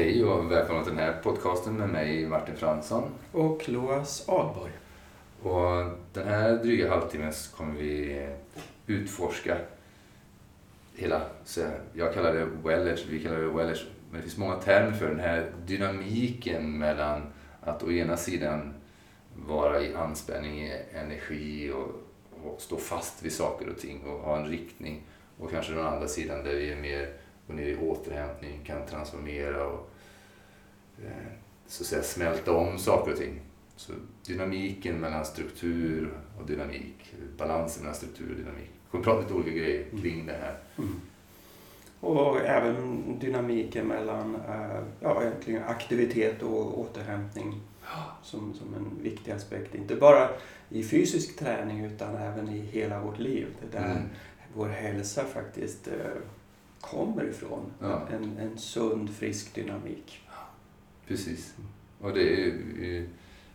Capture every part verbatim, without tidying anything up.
Hej och välkomna till den här podcasten med mig Martin Fransson. Och Loas Ahlborg. Och den här dryga halvtimmen kommer vi utforska hela, så jag kallar det Wellers, vi kallar det Wellers, men det finns många termer för den här dynamiken mellan att å ena sidan vara i anspänning, i energi och, och stå fast vid saker och ting och ha en riktning, och kanske den andra sidan där vi är mer går ner i återhämtning, kan transformera och eh, så att säga smälta om saker och ting. Så dynamiken mellan struktur och dynamik, balansen mellan struktur och dynamik. Vi kommer prata lite olika grejer kring det här. Mm. Och även dynamiken mellan äh, ja, egentligen aktivitet och återhämtning som, som en viktig aspekt. Inte bara i fysisk träning utan även i hela vårt liv. Det där mm. vår hälsa faktiskt äh, kommer ifrån. Ja. En, en sund, frisk dynamik. Precis. Och det är ju,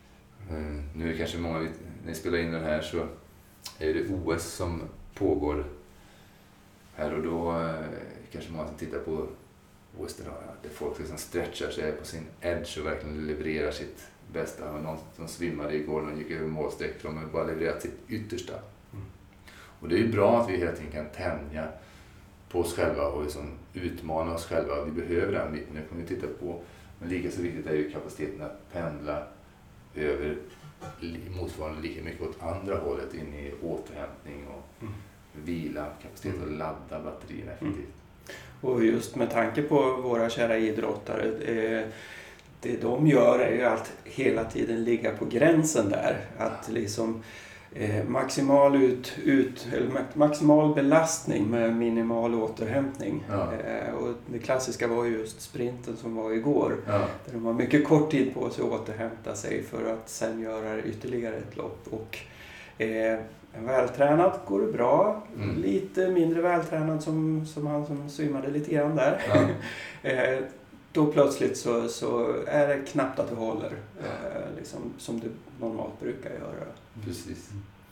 nu är det kanske många, när ni spelar in den här så är det O S som pågår här, och då kanske många som tittar på O S där folk liksom stretchar sig på sin edge och verkligen levererar sitt bästa. Och någon som svimmade igår, någon gick över målstreck, för de har bara levererat sitt yttersta. Mm. Och det är ju bra att vi hela tiden kan tänja på oss själva och liksom utmana oss själva. Vi behöver den biten, nu kommer vi titta på. Men lika så viktigt är ju kapaciteten att pendla över motsvarande lika mycket åt andra hållet, in i återhämtning och mm. vila, kapacitet att ladda batterierna effektivt. Mm. Och just med tanke på våra kära idrottare, det, det de gör är ju att hela tiden ligga på gränsen där. Att liksom eh, maximal, ut, ut, eller maximal belastning med minimal återhämtning. Ja. Eh, och det klassiska var just sprinten som var igår. Ja. Där de har mycket kort tid på sig att återhämta sig för att sen göra ytterligare ett lopp. Och eh, en vältränad går det bra. Mm. Lite mindre vältränad som, som han som svimmade lite grann där. Ja. eh, då plötsligt så, så är det knappt att det håller. Eh, liksom, som det normalt brukar göra. Precis.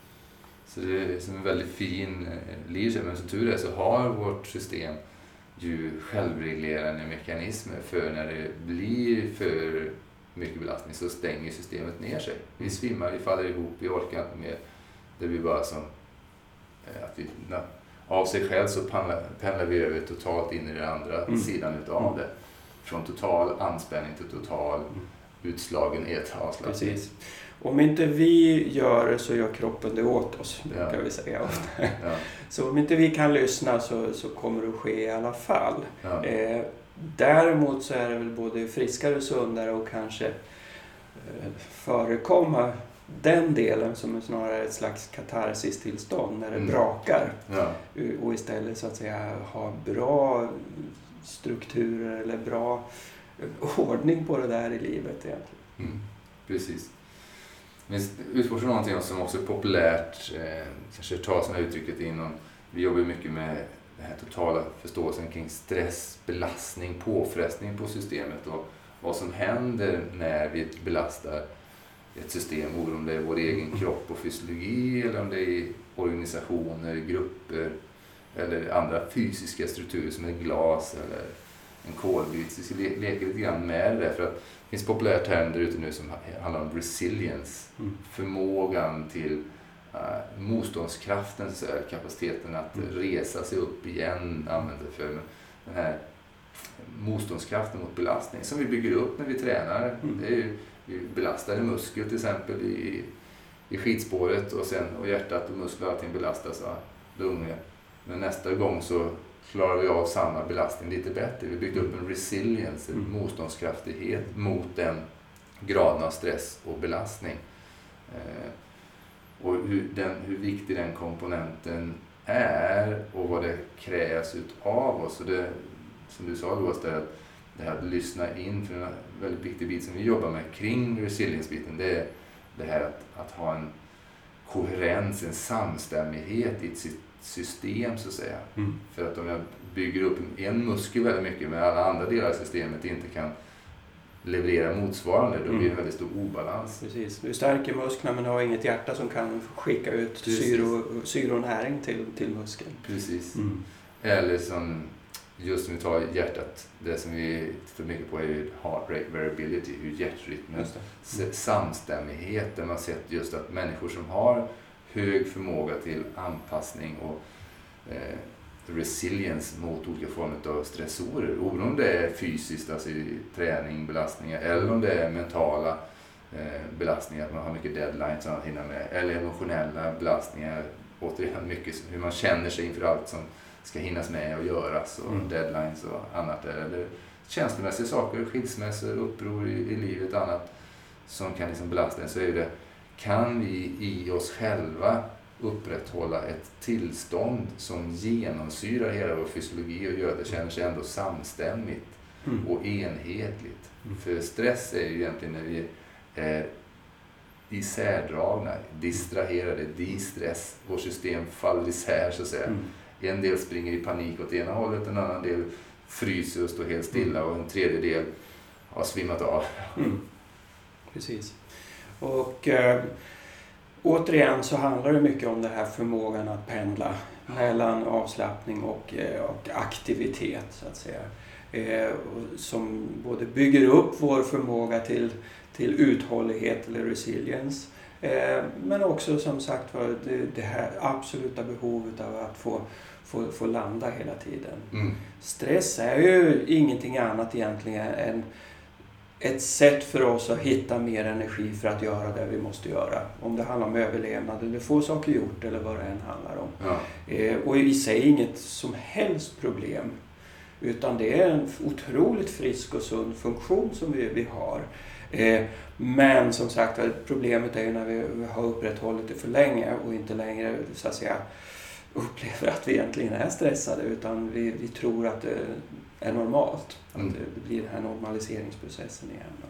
Så det är som en väldigt fin liv, men som tur är så har vårt system ju självreglerande mekanismer för när det blir för mycket belastning så stänger systemet ner sig. Vi svimmar, vi faller ihop, vi orkar inte mer. Det blir bara som att vi av sig själv så pendlar, pendlar vi över totalt in i den andra mm. sidan utav mm. det. Från total anspänning till total mm. utslagen i ett avslappning. Precis. Om inte vi gör det så gör kroppen det åt oss, ja. Kan vi säga. Ja. Så om inte vi kan lyssna så, så kommer det att ske i alla fall. Ja. Eh, däremot så är det väl både friskare och sundare och kanske eh, förekomma den delen som är snarare ett slags katarsis-tillstånd när det mm. brakar. Ja. Och istället så att säga ha bra strukturer eller bra ordning på det där i livet egentligen. Mm. Precis. Vi utforskar någonting som också är populärt, eh, kanske tar sådana uttrycket inom, vi jobbar mycket med den här totala förståelsen kring stress, belastning, påfrestning på systemet och vad som händer när vi belastar ett system, om det är vår egen kropp och fysiologi eller om det är organisationer, grupper eller andra fysiska strukturer som ett glas eller en kolbit. Så vi leker lite grann med det, för att det finns populära termer där ute nu som handlar om resilience, mm. förmågan till uh, motståndskraften, så här, kapaciteten att mm. resa sig upp igen, använder för den här motståndskraften mot belastning som vi bygger upp när vi tränar. Mm. Det är ju, vi belastar en muskel till exempel i, i skidspåret och sen och hjärtat och muskler, allting belastas av lungor. Men nästa gång så klarar vi av samma belastning lite bättre. Vi byggt upp en resilience, en mm. motståndskraftighet mot den graden av stress och belastning. Eh, och hur, den, hur viktig den komponenten är och vad det krävs av oss. Och det, som du sa då, att det här att lyssna in, för en väldigt viktig bit som vi jobbar med kring resilience-biten, det är det här att, att ha en koherens, en samstämmighet i sitt system så att säga. Mm. För att om jag bygger upp en muskel väldigt mycket men alla andra delar av systemet inte kan leverera motsvarande, då blir det en väldigt stor obalans. Precis. Du stärker musklerna men har inget hjärta som kan skicka ut syro, syre och näring till, till muskeln. Precis. Mm. Eller som just när vi tar hjärtat, det som vi tittar mycket på är ju heart rate variability, hur hjärtrytmen, mm. samstämmighet, där man sett just att människor som har hög förmåga till anpassning och eh, resilience mot olika former av stressorer, oberoende om det är fysiskt, alltså i träning, belastningar, eller om det är mentala eh, belastningar, att man har mycket deadlines som man hinner med, eller emotionella belastningar, återigen mycket hur man känner sig inför allt som ska hinnas med och göras och mm. deadlines och annat, eller känslomässiga saker, skilsmässor, uppror i, i livet och annat som kan liksom belasta en, så är det, kan vi i oss själva upprätthålla ett tillstånd som genomsyrar hela vår fysiologi och gör att det känner sig ändå samstämmigt mm. och enhetligt. Mm. För stress är ju egentligen när vi är isärdragna, distraherade, distress, vårt system faller isär så att säga. Mm. En del springer i panik åt ena hållet, en annan del fryser och står helt stilla och en tredje del har svimmat av. Mm. Precis. Och äh, återigen så handlar det mycket om det här förmågan att pendla mellan avslappning och, och aktivitet så att säga. Eh, som både bygger upp vår förmåga till, till uthållighet eller resilience. Eh, men också som sagt var det, det här absoluta behovet av att få, få, få landa hela tiden. Mm. Stress är ju ingenting annat egentligen än ett sätt för oss att hitta mer energi för att göra det vi måste göra. Om det handlar om överlevnad eller få saker gjort eller vad det än handlar om. Ja. Eh, och i sig inget som helst problem. Utan det är en otroligt frisk och sund funktion som vi, vi har. Eh, men som sagt, problemet är ju när vi har upprätthållit det för länge och inte längre så att säga upplever att vi egentligen är stressade, utan vi, vi tror att det är normalt. Mm. Att det blir den här normaliseringsprocessen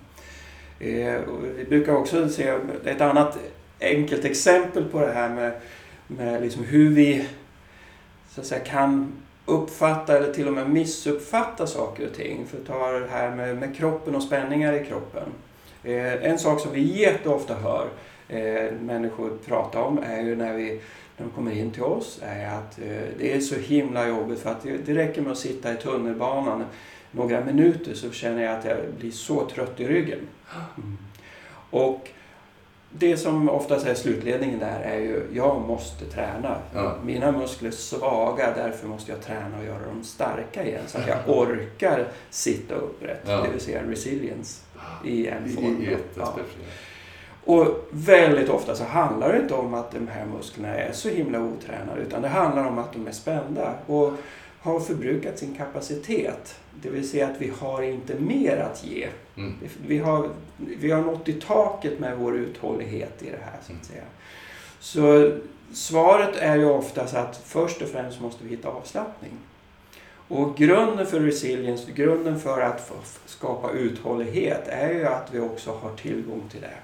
igen. Eh, och vi brukar också se ett annat enkelt exempel på det här med, med liksom hur vi så att säga kan uppfatta eller till och med missuppfatta saker och ting. För att ta det här med, med kroppen och spänningar i kroppen. Eh, en sak som vi jätteofta hör eh, människor prata om är ju när vi när de kommer in till oss är att eh, det är så himla jobbigt för att det, det räcker med att sitta i tunnelbanan några minuter så känner jag att jag blir så trött i ryggen. Mm. Och det som oftast är slutledningen där är ju jag måste träna. Ja. Mina muskler är svaga, därför måste jag träna och göra dem starka igen så att jag orkar sitta upprätt. Ja. Det vill säga resilience i en form. Ja. Och väldigt ofta så handlar det inte om att de här musklerna är så himla otränade, utan det handlar om att de är spända och har förbrukat sin kapacitet. Det vill säga att vi har inte mer att ge. Mm. Vi, har, vi har nått i taket med vår uthållighet i det här så att säga. Så svaret är ju oftast att först och främst måste vi hitta avslappning. Och grunden för resilience, grunden för att skapa uthållighet är ju att vi också har tillgång till det.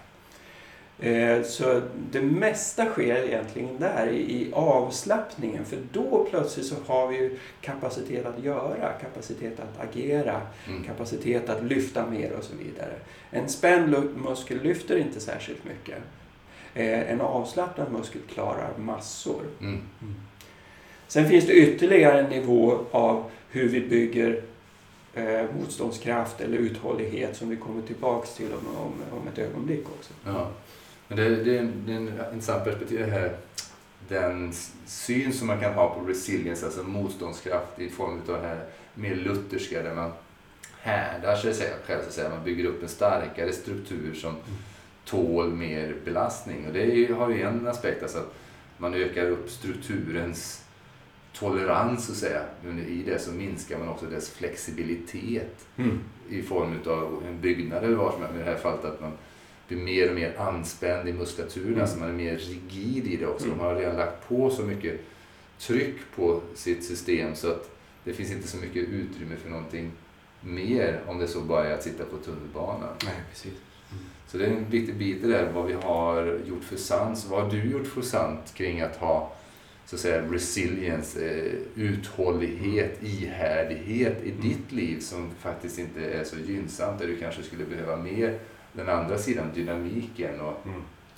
Så det mesta sker egentligen där i avslappningen, för då plötsligt så har vi ju kapacitet att göra, kapacitet att agera, mm. kapacitet att lyfta mer och så vidare. En spänd muskel lyfter inte särskilt mycket. En avslappnad muskel klarar massor. Mm. Mm. Sen finns det ytterligare en nivå av hur vi bygger eh, motståndskraft eller uthållighet som vi kommer tillbaka till om, om, om ett ögonblick också. Ja. Men det, det, är en, det är en intressant perspektiv det här. Den syn som man kan ha på resilience, alltså motståndskraft i form av det här mer lutherska där man härdar sig själv, så att säga. Man bygger upp en starkare struktur som mm. tål mer belastning. Och det är ju, har ju en aspekt, alltså att man ökar upp strukturens tolerans så att säga. Men i det så minskar man också dess flexibilitet mm. i form av en byggnad eller vad som är, i det här fallet att man blir mer och mer anspänd i muskulaturen, mm. så man är mer rigid i det också. Mm. De har redan lagt på så mycket tryck på sitt system så att det finns inte så mycket utrymme för någonting mer om det så bara är att sitta på tunnelbanan. Nej, precis. Mm. Så det är en viktig bit där, vad vi har gjort för sant. Vad har du gjort för sant kring att ha så att säga resilience, eh, uthållighet, ihärdighet i mm. ditt liv som faktiskt inte är så gynnsamt, där du kanske skulle behöva mer den andra sidan, dynamiken och mm.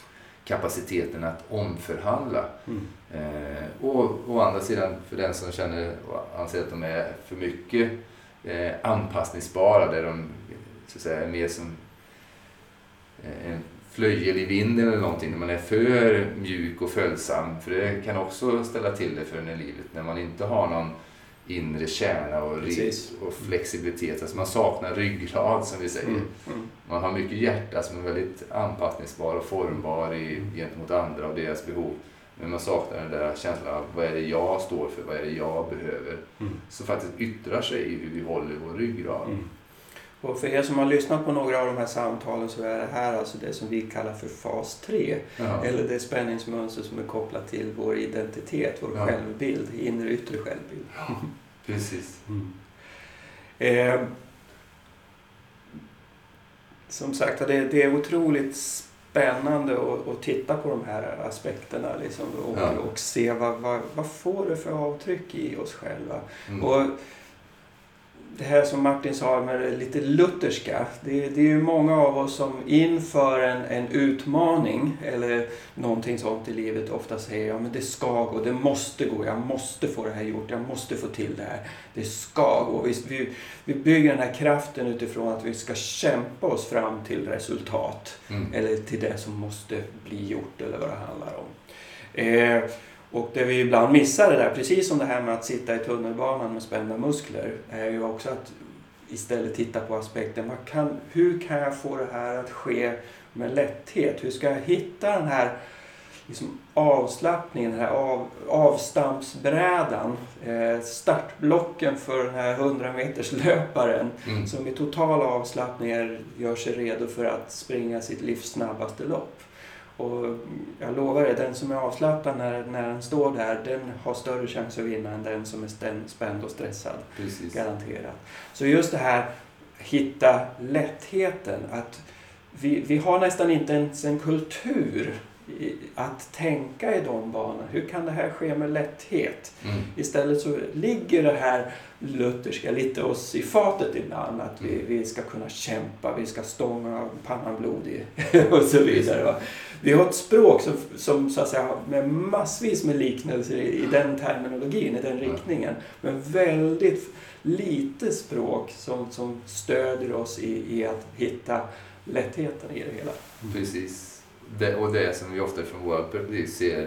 kapaciteten att omförhandla. Mm. Eh, och å andra sidan, för den som känner och anser att de är för mycket eh, anpassningsbara, där de så att säga, är mer som eh, en flöjel i vinden eller någonting, när man är för mjuk och följsam, för det kan också ställa till det för en i livet när man inte har någon inre kärna och, och flexibilitet. Alltså man saknar ryggrad, som vi säger. Mm. Mm. Man har mycket hjärta som är väldigt anpassningsbar och formbar i, gentemot andra och deras behov. Men man saknar den där känslan av vad är det jag står för, vad är det jag behöver. Mm. Som faktiskt yttrar sig i hur vi håller vår ryggrad. Mm. Och för er som har lyssnat på några av de här samtalen så är det här alltså det som vi kallar för fas tre. Jaha. Eller det spänningsmönster som är kopplat till vår identitet, vår ja. självbild, inre yttre självbild. Ja, precis. Mm. Eh, som sagt, det, det är otroligt spännande att, att titta på de här aspekterna liksom, och, ja. och se vad, vad, vad får det för avtryck i oss själva. Mm. Och det här som Martin sa med det lite lutherska, det, det är ju många av oss som inför en, en utmaning eller någonting sånt i livet ofta säger ja men det ska gå, det måste gå, jag måste få det här gjort, jag måste få till det här, det ska gå. Vi, vi, vi bygger den här kraften utifrån att vi ska kämpa oss fram till resultat mm. eller till det som måste bli gjort eller vad det handlar om. Eh, Och det vi ibland missar det där, precis som det här med att sitta i tunnelbanan med spända muskler, är ju också att istället titta på aspekten, vad kan, hur kan jag få det här att ske med lätthet? Hur ska jag hitta den här liksom, avslappningen, den här av, avstampsbrädan, eh, startblocken för den här hundra meters löparen mm. som i total avslappning gör sig redo för att springa sitt livs snabbaste lopp. Och jag lovar det, den som är avslappnad när, när den står där, den har större chans att vinna än den som är spänd och stressad. Precis. Garanterat. Så just det här, hitta lättheten. Att vi, vi har nästan inte ens en kultur i, att tänka i de banorna. Hur kan det här ske med lätthet? Mm. Istället så ligger det här lutherska lite oss i fatet ibland. Att vi, vi ska kunna kämpa, vi ska stånga pannan blodig och så vidare. Va? Vi har ett språk som, som så att säga, med massvis med liknelser i, i den terminologin, i den riktningen. Men väldigt lite språk som, som stödjer oss i, i att hitta lättheten i det hela. Precis. Det, och det som vi ofta från våra perspektiv ser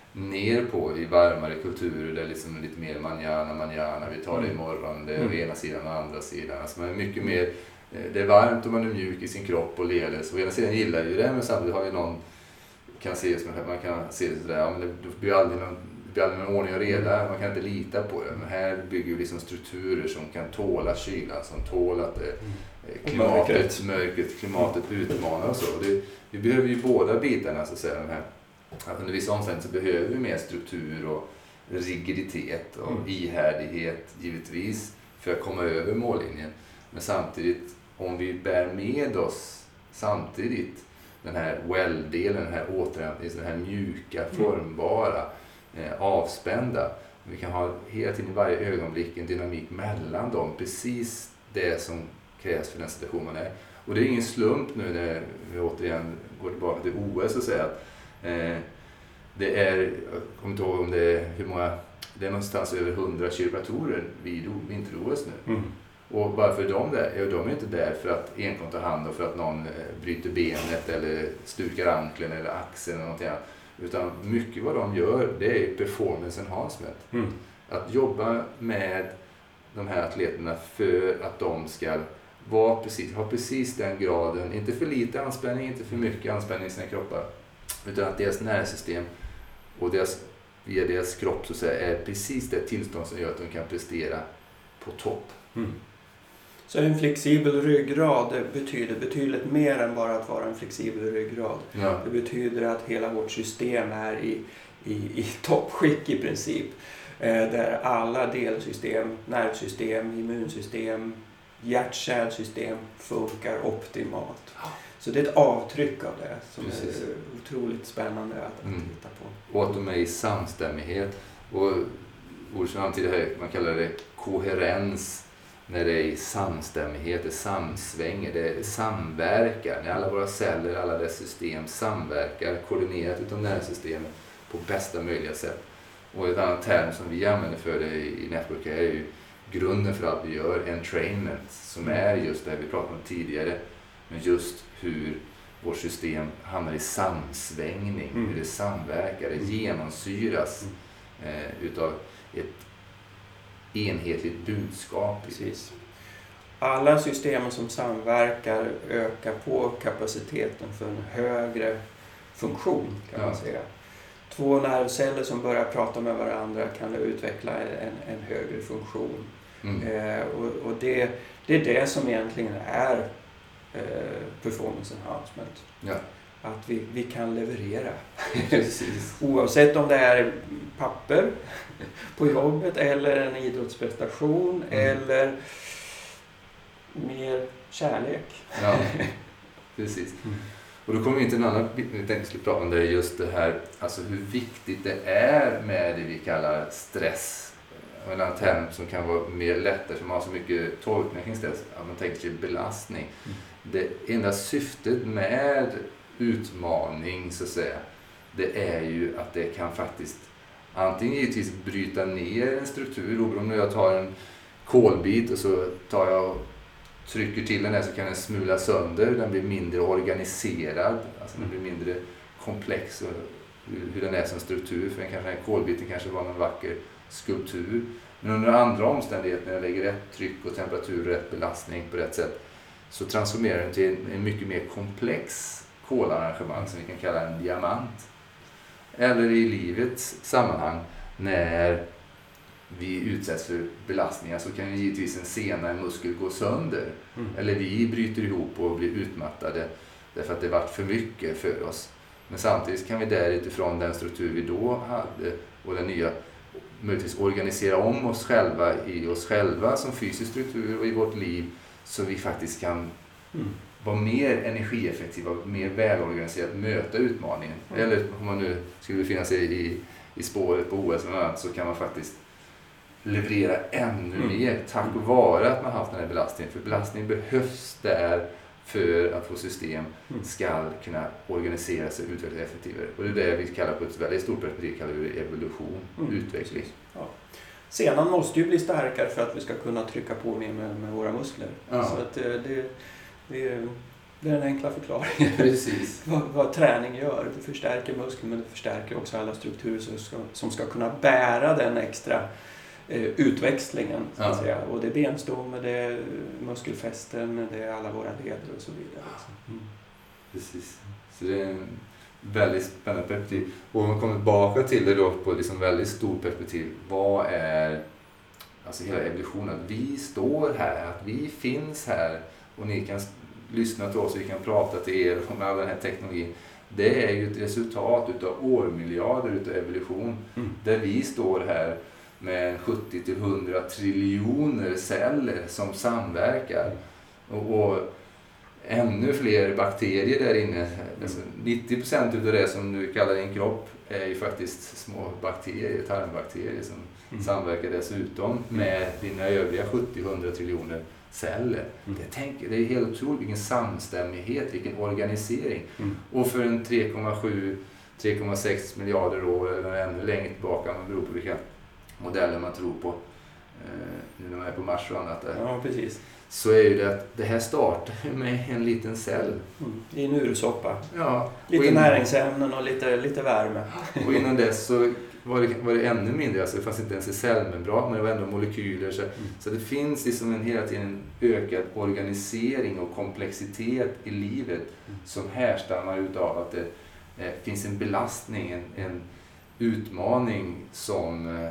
ner på i varmare kulturer, där liksom lite mer manjana, manjana, vi tar det imorgon, det är mm. ena sidan och andra sidan. Alltså man är mycket mer, det är varmt och man är mjuk i sin kropp och leder. Så ena sidan gillar ju det, men samtidigt har ju någon, kan se som man kan se det sådär, ja, men det blir aldrig någon, det blir aldrig någon ordning och reda, man kan inte lita på det. Men här bygger vi liksom strukturer som kan tåla kylan, som tål att det, klimatet, mörkret, klimatet utmanar och så. Det, vi behöver ju båda bitarna, så att säga, de här. Att under vissa omständigheter så behöver vi mer struktur och rigiditet och mm. ihärdighet givetvis för att komma över mållinjen. Men samtidigt, om vi bär med oss samtidigt den här well-delen, den här återhämtningen, den här mjuka, formbara, eh, avspända. Vi kan ha hela tiden i varje ögonblick en dynamik mellan dem, precis det som krävs för den situation man är. Och det är ingen slump nu när vi återigen går tillbaka till O S och säger att eh, det är, jag kommer inte ihåg om det är hur många, det är någonstans över hundra kiropraktorer vid vinter-O S nu. Mm. Och varför är de där? Ja, de är inte där för att enkom ta hand om för att någon eh, bryter benet eller stukar anklen eller axeln eller någonting annat. Utan mycket vad de gör, det är performance enhancement. Mm. Att jobba med de här atleterna för att de ska vara precis, ha precis den graden, inte för lite anspänning, inte för mycket anspänning i sina kroppar, utan att deras nervsystem och deras, via deras kropp så att säga, är precis det tillstånd som gör att de kan prestera på topp. Mm. Så en flexibel ryggrad betyder betydligt mer än bara att vara en flexibel ryggrad. Ja. Det betyder att hela vårt system är i, i, i toppskick i princip. Eh, där alla delsystem, nervsystem, immunsystem, hjärt-kärlsystem funkar optimalt. Så det är ett avtryck av det som Precis. är otroligt spännande att, mm. att titta på. Och att de är i samstämmighet. Och ord som antyder här, man kallar det koherens. när det är i samstämmighet, det samsvänger, det samverkar. När alla våra celler, alla dess system samverkar, koordinerat utav nervsystemet på bästa möjliga sätt. Och ett annat term som vi använder för det i Network är ju grunden för allt vi gör, entrainment, som är just det vi pratade om tidigare. Men just hur vårt system hamnar i samsvängning, mm. hur det samverkar, det genomsyras mm. eh, utav ett enhetligt budskap. Precis. Alla system som samverkar ökar på kapaciteten för en högre funktion, kan ja. man säga. Två nervceller som börjar prata med varandra kan utveckla en, en högre funktion. Mm. Eh, och och det, det är det som egentligen är eh, performance enhancement. Ja. Att vi, vi kan leverera. Oavsett om det är papper på jobbet eller en idrottsprestation mm. eller mer kärlek. Ja, precis. Mm. Och då kommer vi till en annan bit vi tänkte skulle prata om, det är just det här, alltså hur viktigt det är med det vi kallar stress. En annan term som kan vara mer lättare, som har så mycket tolkning kring stress, att man tänker sig belastning. Mm. Det enda syftet med utmaning, så att säga, det är ju att det kan faktiskt antingen givetvis bryta ner en struktur. Om jag tar en kolbit och så tar jag och trycker till den där, så kan den smula sönder, den blir mindre organiserad, alltså den blir mindre komplex och hur den är som struktur, för den kanske en kolbiten kanske var en vacker skulptur. Men under andra omständigheter, när jag lägger rätt tryck och temperatur, rätt belastning på rätt sätt, så transformerar den till en mycket mer komplex kolarrangemang som vi kan kalla en diamant. Eller i livets sammanhang, när vi utsätts för belastningar, så kan ju givetvis en sena, en muskel gå sönder. Mm. Eller vi bryter ihop och blir utmattade därför att det varit för mycket för oss. Men samtidigt kan vi där utifrån den struktur vi då hade och den nya, möjligtvis organisera om oss själva i oss själva som fysisk struktur och i vårt liv, så vi faktiskt kan mm. vara mer energieffektiva, mer välorganiserat, möta utmaningen. Mm. Eller om man nu skulle befinna sig i, i spåret på O S eller annat, så kan man faktiskt leverera ännu mm. mer tack vare att man haft den här belastningen. För belastning behövs där för att vårt system mm. ska kunna organisera sig och utvecklas effektivare. Och det är det vi kallar på ett väldigt stort perspektiv, kallar vi evolution, mm. utveckling. Ja. Senan måste ju bli starkare för att vi ska kunna trycka på mer med, med våra muskler. Ja. Så att det, det, det, det är den enkla förklaringen. Precis. vad, vad träning gör. Det förstärker muskeln, men det förstärker också alla strukturer som ska, som ska kunna bära den extra eh, utväxlingen. Så att ja. säga. Och det är benstomme, det är muskelfästen, det är alla våra leder och så vidare. Mm. Precis. Så det är en väldigt spännande perspektiv. Och om man kommer tillbaka till det då på liksom väldigt stort perspektiv. Vad är alltså hela evolutionen? Att vi står här, att vi finns här och ni kan lyssna till oss och vi kan prata till er om all den här teknologin. Det är ju ett resultat utav årmiljarder utav evolution. Mm. Där vi står här med sjuttio till hundra triljoner celler som samverkar. Och, och ännu fler bakterier där inne. Mm. Alltså nittio procent av det som du kallar din kropp är ju faktiskt små bakterier, tarmbakterier som mm. samverkar dessutom med dina övriga sjuttio till hundra triljoner celler. Mm. Jag tänker, det är helt otroligt vilken samstämmighet, vilken organisering. Mm. Och för en tre komma sju till tre komma sex miljarder år eller ännu längre tillbaka, man beror på vilka modeller man tror på, eh, nu när man är på Mars och annat där. Ja, precis. Så är ju det att det här startar med en liten cell. Mm. I en ursoppa. Ja. Lite innan, näringsämnen och lite, lite värme. Och innan dess så var det, var det ännu mindre. Alltså det fanns inte ens en cellmembran, men det var ändå molekyler. Så, mm. så det finns liksom en, hela tiden en ökad organisering och komplexitet i livet mm. som härstammar utav att det eh, finns en belastning, en, en utmaning som eh,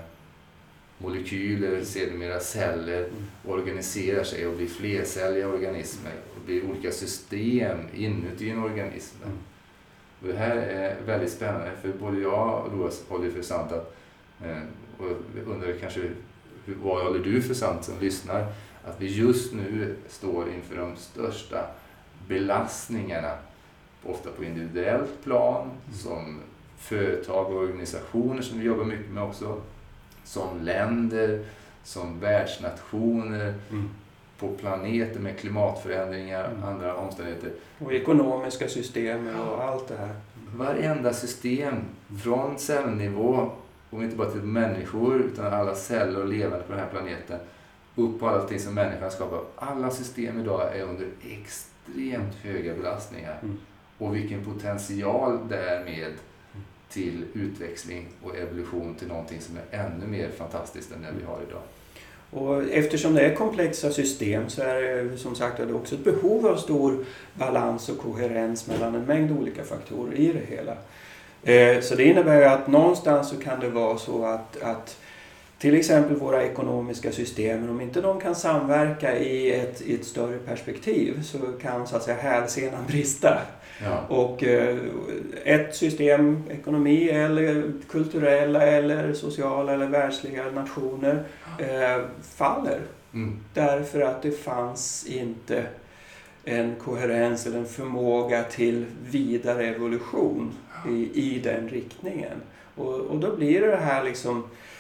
molekyler, sedermera celler mm. organiserar sig och blir flercelliga organismer och blir olika system inuti en organism. Mm. Och det här är väldigt spännande, för både jag och Louis håller för sant att, eh, och undrar kanske hur, vad håller du för sant som lyssnar, att vi just nu står inför de största belastningarna, ofta på individuellt plan, mm. som företag och organisationer som vi jobbar mycket med också, som länder, som världsnationer, mm. på planeten med klimatförändringar och Mm. andra omständigheter. Och ekonomiska system och allt det här. Varenda system från cellnivå, och inte bara till människor utan alla celler och levande på den här planeten, upp på allting som människan skapar. Alla system idag är under extremt höga belastningar. Mm. Och vilken potential det är med till utväxling och evolution till någonting som är ännu mer fantastiskt än det vi har idag. Och eftersom det är komplexa system så är det som sagt det också ett behov av stor balans och koherens mellan en mängd olika faktorer i det hela. Eh, så det innebär ju att någonstans så kan det vara så att, att till exempel våra ekonomiska system, om inte de kan samverka i ett, i ett större perspektiv så kan så att säga hälsenan brista. Ja. Och eh, ett system, ekonomi eller kulturella eller sociala eller världsliga nationer eh, faller. Mm. Därför att det fanns inte en koherens eller en förmåga till vidare evolution i, i den riktningen. Och, och då blir det här liksom,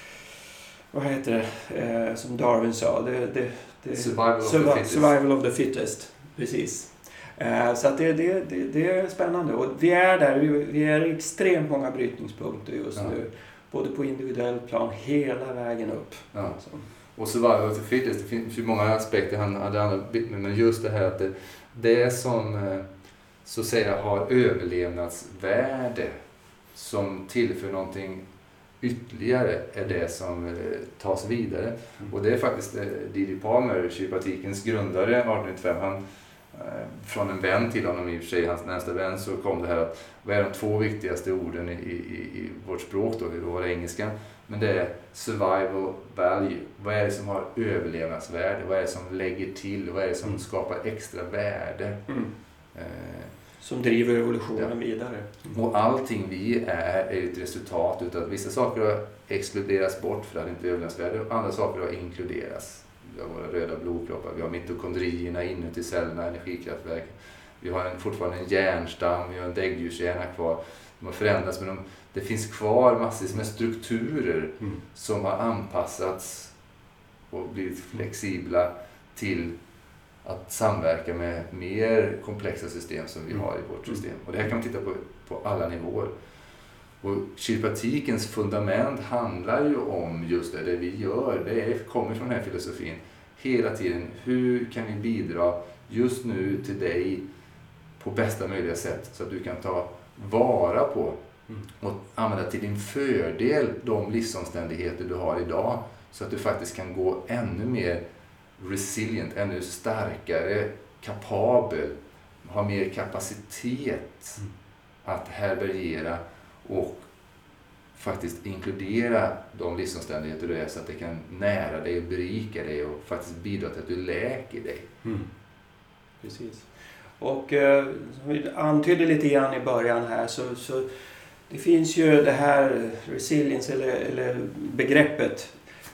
vad heter det, eh, som Darwin sa, det, det, det, Survival of the survi- fittest. survival of the fittest. Precis. Eh, så att det, det, det, det är spännande. Och vi är där, vi, vi är i extremt många brytningspunkter just Ja. nu. Både på individuell plan, hela vägen upp. Ja. Så. Och survival of the fittest, det finns ju många aspekter, han hade andra bit med, men just det här att det, det som eh, så att säga har överlevnadsvärde som tillför någonting ytterligare är det som eh, tas vidare. Mm. Och det är faktiskt eh, Didi Palmer, kiropratikens grundare arton nittiofem, han, eh, från en vän till honom, i och för sig hans närmsta vän, så kom det här att vad är de två viktigaste orden i, i, i vårt språk då, i vår engelska. Men det är survival value. Vad är det som har överlevnadsvärde? Vad är det som lägger till? Vad är det som Mm. skapar extra värde? Mm. Eh, Som driver evolutionen Ja. vidare. Mm. och allting vi är är ett resultat utav att vissa saker har exkluderats bort för att det inte är överlevnadsvärde, och andra saker har inkluderats. Vi har våra röda blodkroppar, vi har mitokondrierna inuti cellerna, energikraftverk. Vi har en, fortfarande en hjärnstam, vi har en däggdjurshjärna kvar. De har förändrats, men de, det finns kvar massor med strukturer Mm. som har anpassats och blivit flexibla till att samverka med mer komplexa system som vi har i vårt system. Och det här kan man titta på på alla nivåer. Och kiropratikens fundament handlar ju om just det, det vi gör. Det är, kommer från den här filosofin hela tiden. Hur kan vi bidra just nu till dig på bästa möjliga sätt så att du kan ta vara på Mm. och använda till din fördel de livsomständigheter du har idag, så att du faktiskt kan gå ännu mer resilient, ännu starkare, kapabel, ha mer kapacitet Mm. att härbärgera och faktiskt inkludera de livsomständigheter du är, så att det kan nära dig och berika dig och faktiskt bidra till att du läker dig. Mm. Precis. Och eh, som vi antydde lite grann i början här, så, så det finns ju det här resilience eller, eller begreppet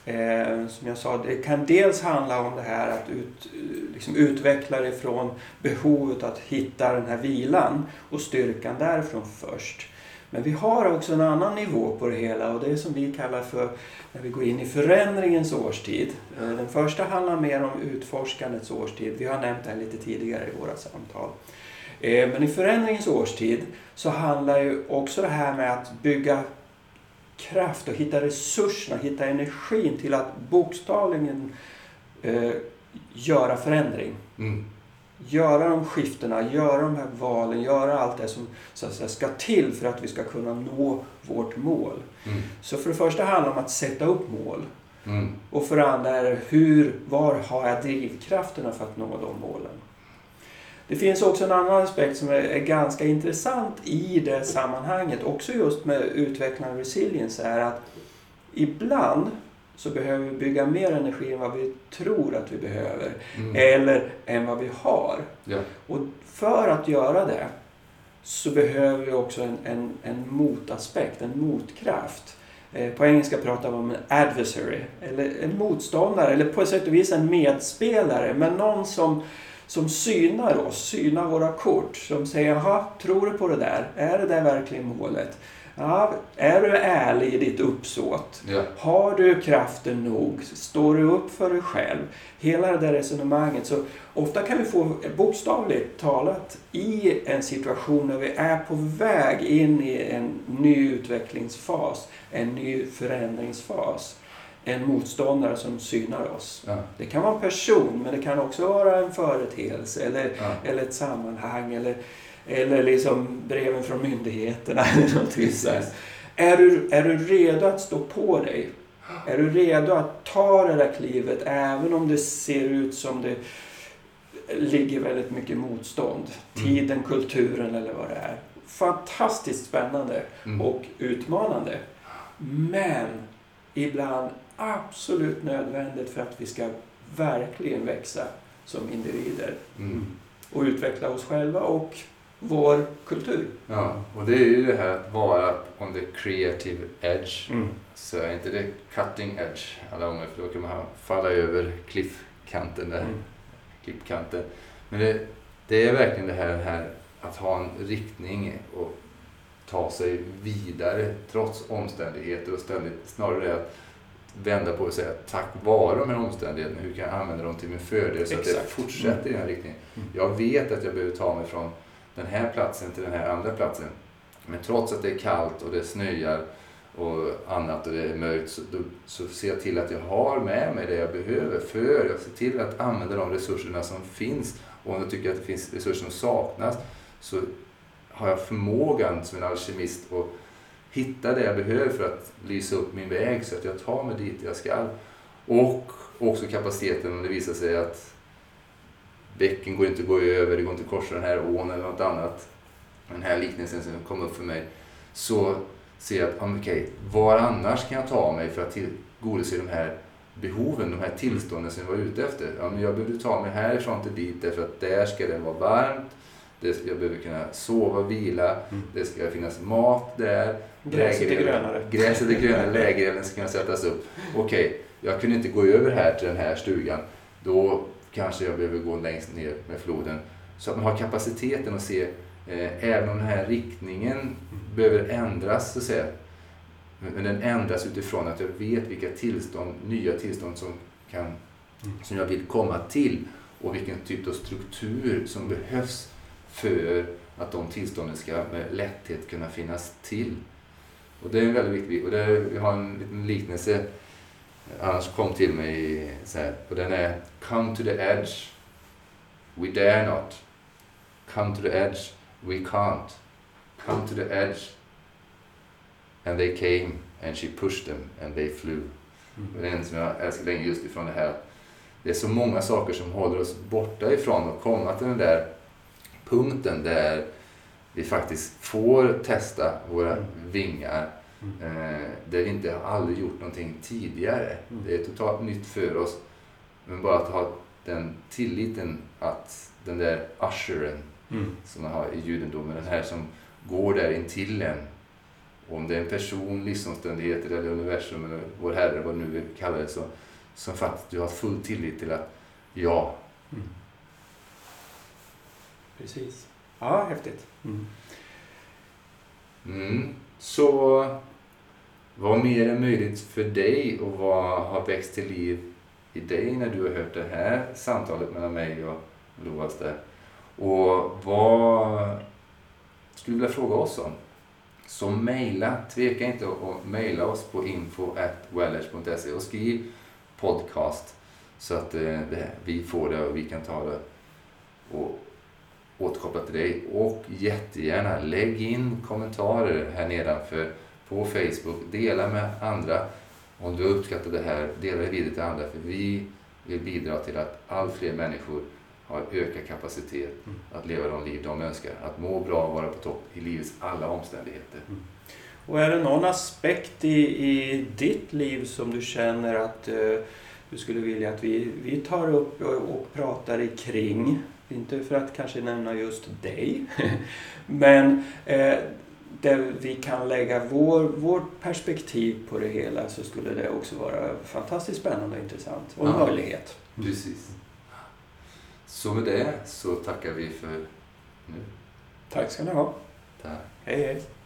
eh, som jag sa, det kan dels handla om det här att ut, liksom utveckla det från behovet att hitta den här vilan och styrkan därifrån först. Men vi har också en annan nivå på det hela, och det är som vi kallar för när vi går in i förändringens årstid. Den första handlar mer om utforskandets årstid. Vi har nämnt det här lite tidigare i våra samtal. Men i förändringens årstid så handlar ju också det här med att bygga kraft och hitta resurserna, hitta energin till att bokstavligen eh, göra förändring. Mm. Göra de skiftena, göra de här valen, göra allt det som så att säga, ska till för att vi ska kunna nå vårt mål. Mm. Så för det första handlar det om att sätta upp mål. Mm. Och för det andra är det hur, var har jag drivkrafterna för att nå de målen. Det finns också en annan aspekt som är, är ganska intressant i det sammanhanget, också just med utvecklande resilience, är att ibland så behöver vi bygga mer energi än vad vi tror att vi behöver. Mm. Eller än vad vi har. Ja. Och för att göra det så behöver vi också en, en, en motaspekt, en motkraft. Eh, på engelska pratar man om en adversary, eller en motståndare, eller på ett sätt och vis en medspelare. Men någon som, som synar oss, synar våra kort, som säger, jaha, tror du på det där? Är det där verkligen målet? Ja, är du ärlig i ditt uppsåt? Ja. Har du kraften nog? Står du upp för dig själv? Hela det där resonemanget. Så ofta kan vi få bokstavligt talat i en situation när vi är på väg in i en ny utvecklingsfas, en ny förändringsfas. En motståndare som synar oss. Ja. Det kan vara en person, men det kan också vara en företeelse eller, Ja. eller ett sammanhang eller, eller liksom breven från myndigheterna. Eller något visst. Är du, är du redo att stå på dig? Är du redo att ta det där klivet även om det ser ut som det ligger väldigt mycket motstånd? Mm. Tiden, kulturen eller vad det är. Fantastiskt spännande Mm. och utmanande. Men ibland absolut nödvändigt för att vi ska verkligen växa som individer. Mm. Och utveckla oss själva och vår kultur. Ja, och det är ju det här att vara on the creative edge. Mm. Så är inte det cutting edge alla gånger, för då kan man falla över kliffkanten där. Mm. Klippkanten. Men det, det är verkligen det här, här att ha en riktning och ta sig vidare trots omständigheter och ständigt snarare det att vända på och säga tack vare de här omständigheterna, hur kan jag använda dem till min fördel så Exakt. att det fortsätter Mm. i den här riktningen. Mm. Jag vet att jag behöver ta mig från den här platsen till den här andra platsen. Men trots att det är kallt och det snöar och annat och det är mörkt så, då, så ser jag till att jag har med mig det jag behöver för jag ser till att använda de resurserna som finns. Och om jag tycker att det finns resurser som saknas så har jag förmågan som en alkemist att hitta det jag behöver för att lysa upp min väg så att jag tar mig dit jag ska. Och också kapaciteten om det visar sig att bäcken går inte att gå över, det går inte att korsa den här ån eller något annat. Den här liknelsen som kom upp för mig. Så ser jag att, okej, okay, var annars kan jag ta mig för att tillgodose de här behoven, de här tillstånden som jag var ute efter. Ja, men jag behöver ta mig härifrån till dit därför att där ska det vara varmt. Det ska, jag behöver kunna sova och vila. Mm. Det ska finnas mat där. Gräset är grönare. Gräset är grönare, lägerelden ska kunna sättas upp. Okej, okay, jag kunde inte gå över här till den här stugan. Då kanske jag behöver gå längst ner med floden. Så att man har kapaciteten att se, eh, även om den här riktningen mm. behöver ändras så att säga. Men den ändras utifrån att jag vet vilka tillstånd, nya tillstånd som, kan, mm. som jag vill komma till. Och vilken typ av struktur som behövs för att de tillstånden ska med lätthet kunna finnas till. Och det är en väldigt viktig, och det är, vi har en liten liknelse annars kom till mig så här, och den är come to the edge, we dare not. Come to the edge, we can't. Come to the edge, and they came and she pushed them and they flew. Mm. Och det är en som jag älskar länge just ifrån det här. Det är så många saker som håller oss borta ifrån att komma till den där punkten där vi faktiskt får testa våra mm. vingar. Mm. Eh, där vi inte har aldrig gjort någonting tidigare. Mm. Det är totalt nytt för oss. Men bara att ha den tilliten att den där usheren mm. som man har i judendomen, den här som går där in till en. Om det är en person, livsomständigheter eller universum eller vår Herre, vad nu vi kallar det, så som faktiskt du har full tillit till att ja. Mm. Precis. Ja, häftigt. Mm. Mm. Så vad mer är möjligt för dig och vad har växt till liv i dig när du har hört det här samtalet mellan mig och Loas där? Och vad skulle du vilja fråga oss om? Så mejla, tveka inte att mejla oss på info at wellers punkt se och skriv podcast så att eh, det, vi får det och vi kan ta det och återkoppla till dig. Och jättegärna lägg in kommentarer här nedanför på Facebook. Dela med andra. Om du uppskattar det här, dela det vidare till andra. För vi vill bidra till att allt fler människor har ökad kapacitet mm. att leva de liv de önskar. Att må bra och vara på topp i livets alla omständigheter. Mm. Och är det någon aspekt i, i ditt liv som du känner att uh, du skulle vilja att vi, vi tar upp och, och pratar kring? Inte för att kanske nämna just dig. Men eh, där vi kan lägga vår, vårt perspektiv på det hela, så skulle det också vara fantastiskt spännande och intressant. Och en ja, möjlighet. Precis. Så med det så tackar vi för nu. Tack ska ni ha. Tack. Hej hej.